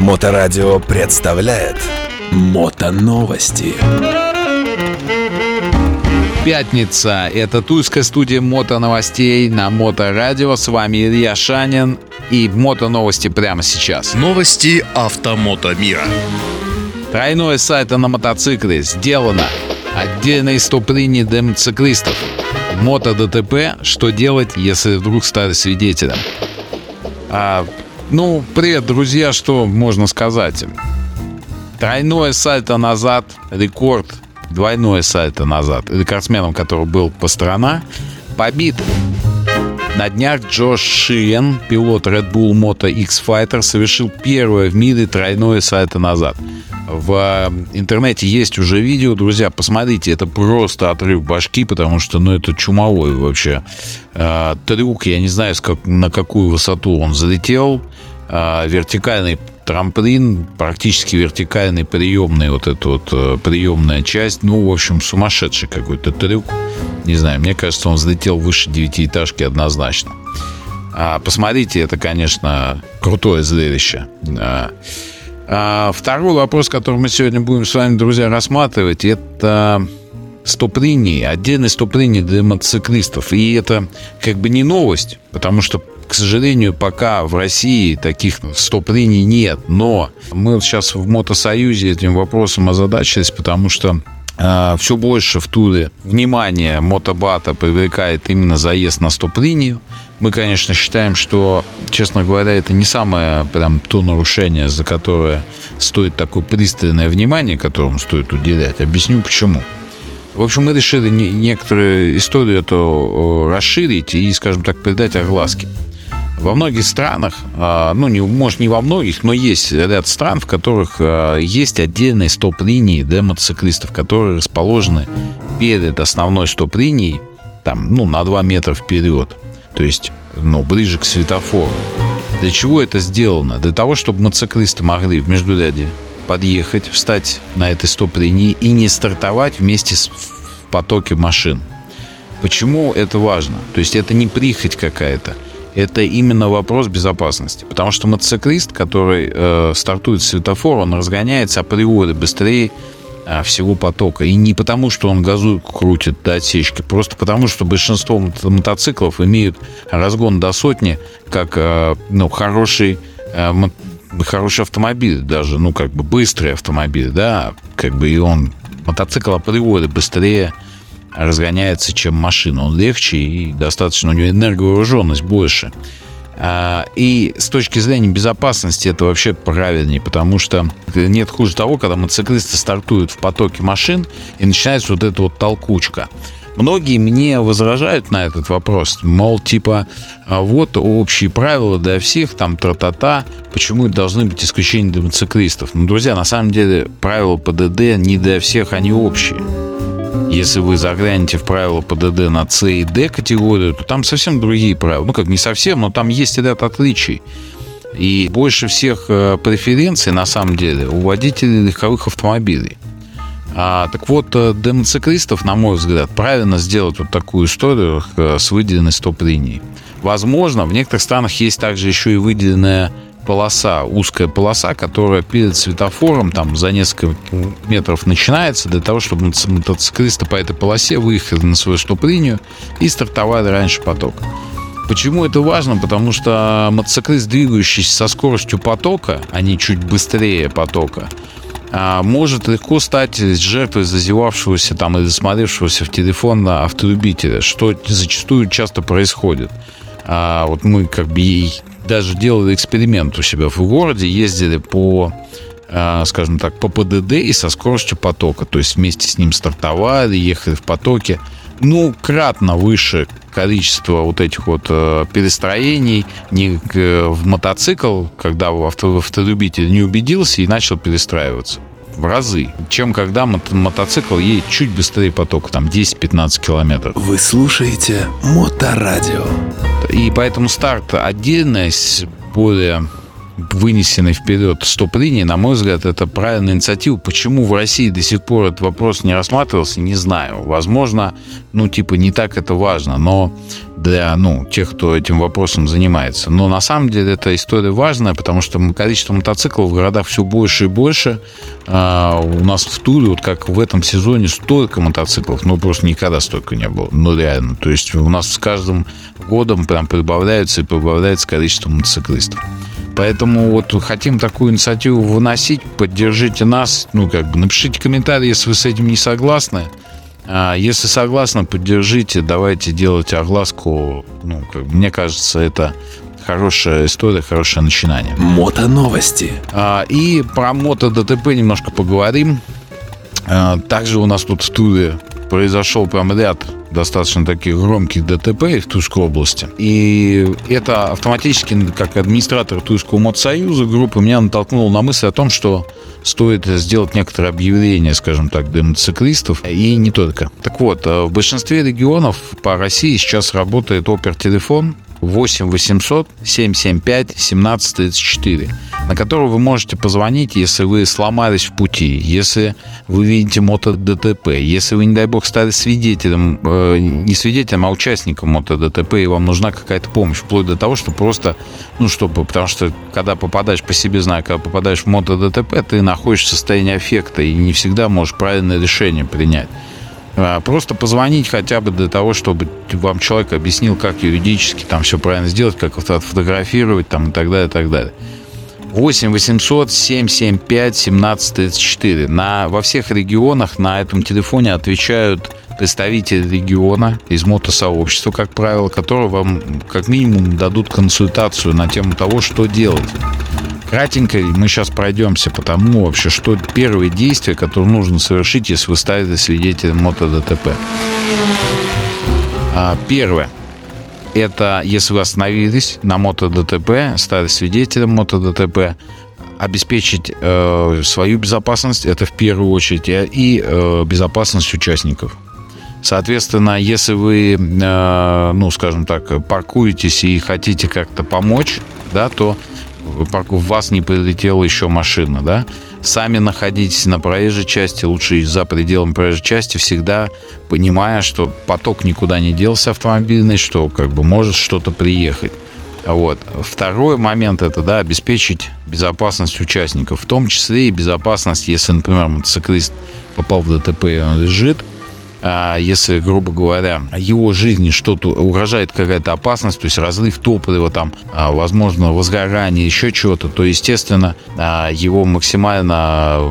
Моторадио представляет Мотоновости. Пятница. Это тульская студия Мотоновостей на Моторадио. С вами Илья Шанин и Мотоновости прямо сейчас. Новости автомото мира. Тройное сальто на мотоцикле сделано. Отдельные стоп-линии для мотоциклистов. Мото-ДТП. Что делать, если вдруг стали свидетелем? Привет, друзья, что можно сказать? Тройное сальто назад, рекорд. Двойное сальто назад. Рекордсменом, который был Пастрана, побит. На днях Джош Шиен, пилот Red Bull Moto X-Fighter, совершил первое в мире тройное сальто назад. В интернете есть уже видео, друзья, посмотрите, это просто отрыв башки, потому что, это чумовой вообще трюк. Я не знаю, на какую высоту он залетел. Вертикальный трамплин, практически вертикальный приемный, приемная часть. В общем, сумасшедший какой-то трюк. Не знаю, мне кажется, он взлетел выше 9-этажки однозначно. Посмотрите, это, конечно, крутое зрелище. Второй вопрос, который мы сегодня будем с вами, друзья, рассматривать, это стоп-линии, отдельные стоп-линии для мотоциклистов. И это не новость, потому что, к сожалению, пока в России таких стоп-линий нет. Но мы сейчас в Мотосоюзе этим вопросом озадачились, потому что все больше в туре внимание мотобата привлекает именно заезд на стоп-линию. Мы, конечно, считаем, что, честно говоря, это не самое то нарушение, за которое стоит такое пристальное внимание, которому стоит уделять. Объясню почему. В общем, мы решили некоторую историю эту расширить и, скажем так, придать огласке. Во многих странах, может не во многих, но есть ряд стран, в которых есть отдельные стоп-линии для мотоциклистов, которые расположены перед основной стоп-линией, на 2 метра вперед, то есть, ближе к светофору. Для чего это сделано? Для того, чтобы мотоциклисты могли в междуряде подъехать, встать на этой стоп-линии и не стартовать вместе в потоке машин. Почему это важно? То есть это не прихоть какая-то. Это именно вопрос безопасности. Потому что мотоциклист, который стартует с светофора, он разгоняется априори быстрее всего потока. И не потому, что он газуйку крутит до отсечки, просто потому, что большинство мотоциклов имеют разгон до сотни, как хороший автомобиль, даже, быстрый автомобиль, да, и мотоцикл априори быстрее разгоняется, чем машина. Он легче и достаточно, у него энерговооруженность больше. И с точки зрения безопасности это вообще правильнее, потому что нет хуже того, когда мотоциклисты стартуют в потоке машин и начинается эта толкучка. Многие мне возражают на этот вопрос, мол, общие правила для всех, тра-та-та, почему это должны быть исключения для мотоциклистов? Друзья, на самом деле правила ПДД не для всех, они общие. Если вы заглянете в правила ПДД на С и Д категорию, то там совсем другие правила. Не совсем, но там есть ряд отличий. И больше всех преференций, на самом деле, у водителей легковых автомобилей. Для мотоциклистов, на мой взгляд, правильно сделать такую историю с выделенной стоп-линией. Возможно, в некоторых странах есть также еще и выделенная полоса, узкая полоса, которая перед светофором за несколько метров начинается для того, чтобы мотоциклисты по этой полосе выехали на свою стоп-линию и стартовали раньше потока. Почему это важно? Потому что мотоциклист, двигающийся со скоростью потока, а не чуть быстрее потока, может легко стать жертвой зазевавшегося или засмотревшегося в телефон автолюбителя, что зачастую часто происходит. Мы даже делали эксперимент у себя в городе, ездили по ПДД и со скоростью потока, то есть вместе с ним стартовали, ехали в потоке. Кратно выше количество этих перестроений в мотоцикл, когда автолюбитель не убедился и начал перестраиваться. В разы, чем когда мотоцикл едет чуть быстрее потока, 10-15 километров. Вы слушаете Моторадио. И поэтому старт отдельно с более вынесенной вперед стоп-линии, на мой взгляд, это правильная инициатива. Почему в России до сих пор этот вопрос не рассматривался, не знаю. Возможно, не так это важно. Но для тех, кто этим вопросом занимается. Но на самом деле эта история важная, потому что количество мотоциклов в городах все больше и больше. У нас в Туле, вот как в этом сезоне, столько мотоциклов, просто никогда столько не было. Реально. То есть у нас с каждым годом прям прибавляется количество мотоциклистов. Поэтому вот хотим такую инициативу выносить, поддержите нас, напишите комментарий, если вы с этим не согласны. Если согласны, поддержите, давайте делать огласку. Мне кажется, это хорошая история, хорошее начинание. Мотоновости. И про мото-ДТП немножко поговорим. Также у нас тут в Туле произошел прям ряд достаточно таких громких ДТП в Тульской области. И это автоматически, как администратор Тульского мотосоюза группы, меня натолкнуло на мысль о том, что стоит сделать некоторые объявления, скажем так, для мотоциклистов, и не только. Так вот, в большинстве регионов по России сейчас работает опертелефон 8 800 775 1734, на который вы можете позвонить, если вы сломались в пути, если вы видите мото-ДТП, если вы, не дай бог, стали свидетелем, не свидетелем, а участником мото-ДТП, и вам нужна какая-то помощь, вплоть до того, что просто, потому что, когда попадаешь, по себе знаю, когда попадаешь в мото-ДТП, ты находишься в состоянии аффекта и не всегда можешь правильное решение принять. Просто позвонить хотя бы для того, чтобы вам человек объяснил, как юридически там все правильно сделать, как отфотографировать там, и так далее, и так далее. 8 800 775 1734. Во всех регионах на этом телефоне отвечают представители региона из мотосообщества, как правило, которые вам как минимум дадут консультацию на тему того, что делать. Кратенько мы сейчас пройдемся по тому вообще, что первые действия, которые нужно совершить, если вы стали свидетелем мото-ДТП. Первое. Это если вы остановились на мото-ДТП, стали свидетелем мото-ДТП, обеспечить свою безопасность, это в первую очередь, и безопасность участников. Соответственно, если вы, скажем так, паркуетесь и хотите как-то помочь, да, то в вас не прилетела еще машина, да? Сами находитесь на проезжей части, лучше за пределами проезжей части, всегда понимая, что поток никуда не делся автомобильный, что может что-то приехать. Вот. Второй момент – это обеспечить безопасность участников, в том числе и безопасность, если, например, мотоциклист попал в ДТП и он лежит. Если, грубо говоря, его жизни что-то угрожает, какая-то опасность, то есть разлив топлива, там, возможно, возгорание, еще чего-то, то, естественно, его максимально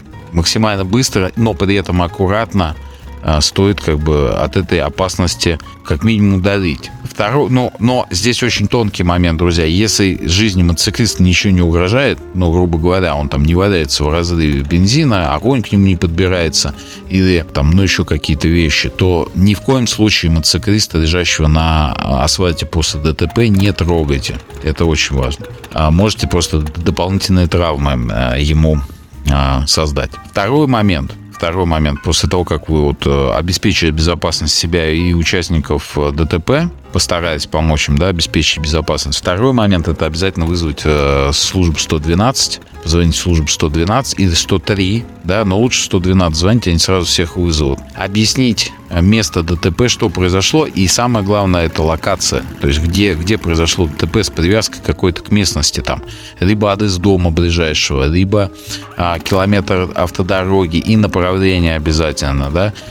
быстро, но при этом аккуратно стоит от этой опасности как минимум удалить. Второй, но здесь очень тонкий момент, друзья. Если жизни мотоциклиста ничего не угрожает, грубо говоря, он там не валяется в разливе бензина, огонь к нему не подбирается или там, еще какие-то вещи, то ни в коем случае мотоциклиста, лежащего на асфальте после ДТП, не трогайте. Это очень важно. Можете просто дополнительные травмы ему создать. Второй момент, после того, как вы обеспечили безопасность себя и участников ДТП, постарались помочь им, обеспечить безопасность. Второй момент – это обязательно вызвать службу 112, позвонить в службу 112 или 103, но лучше 112 звонить, они сразу всех вызовут. Объяснить место ДТП, что произошло, и самое главное – это локация, то есть где произошло ДТП с привязкой какой-то к местности, там, либо адрес дома ближайшего, либо километр автодороги и направление обязательно,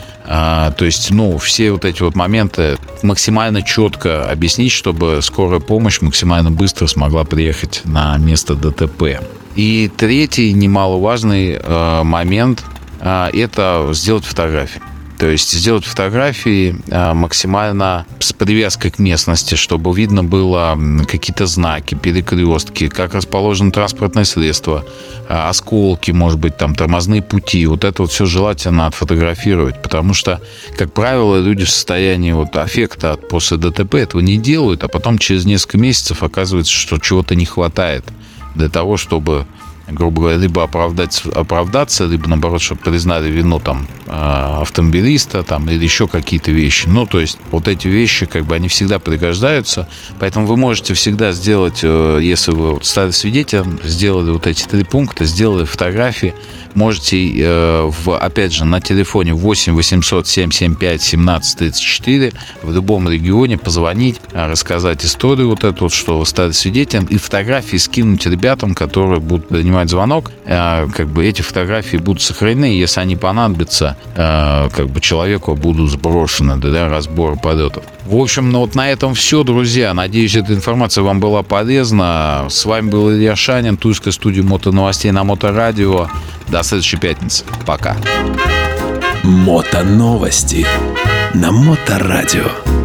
то есть, все эти моменты максимально четко объяснить, чтобы скорая помощь максимально быстро смогла приехать на место ДТП. И третий немаловажный момент – это сделать фотографии. То есть сделать фотографии максимально с привязкой к местности, чтобы видно было какие-то знаки, перекрестки, как расположено транспортное средство, осколки, может быть, там тормозные пути. Это все желательно отфотографировать, потому что, как правило, люди в состоянии аффекта после ДТП этого не делают, а потом через несколько месяцев оказывается, что чего-то не хватает для того, чтобы грубо говоря, либо оправдаться, либо, наоборот, чтобы признали вину там автомобилиста там, или еще какие-то вещи. Ну, то есть вот эти вещи, как бы, они всегда пригождаются. Поэтому вы можете всегда сделать, если вы вот стали свидетелем, сделали вот эти 3 пункта, сделали фотографии, можете, опять же, на телефоне 8 800 775 17 34 в любом регионе позвонить, рассказать историю вот эту, вот, что вы стали свидетелем, и фотографии скинуть ребятам, которые будут принимать звонок. Как бы эти фотографии будут сохранены, если они понадобятся, как бы человеку будут сброшены для разбора полетов. В общем, ну вот на этом все, друзья. Надеюсь, эта информация вам была полезна. С вами был Илья Шанин, Тульская студия мотоновостей на Моторадио. До следующей пятницы. Пока. Мотоновости на Моторадио.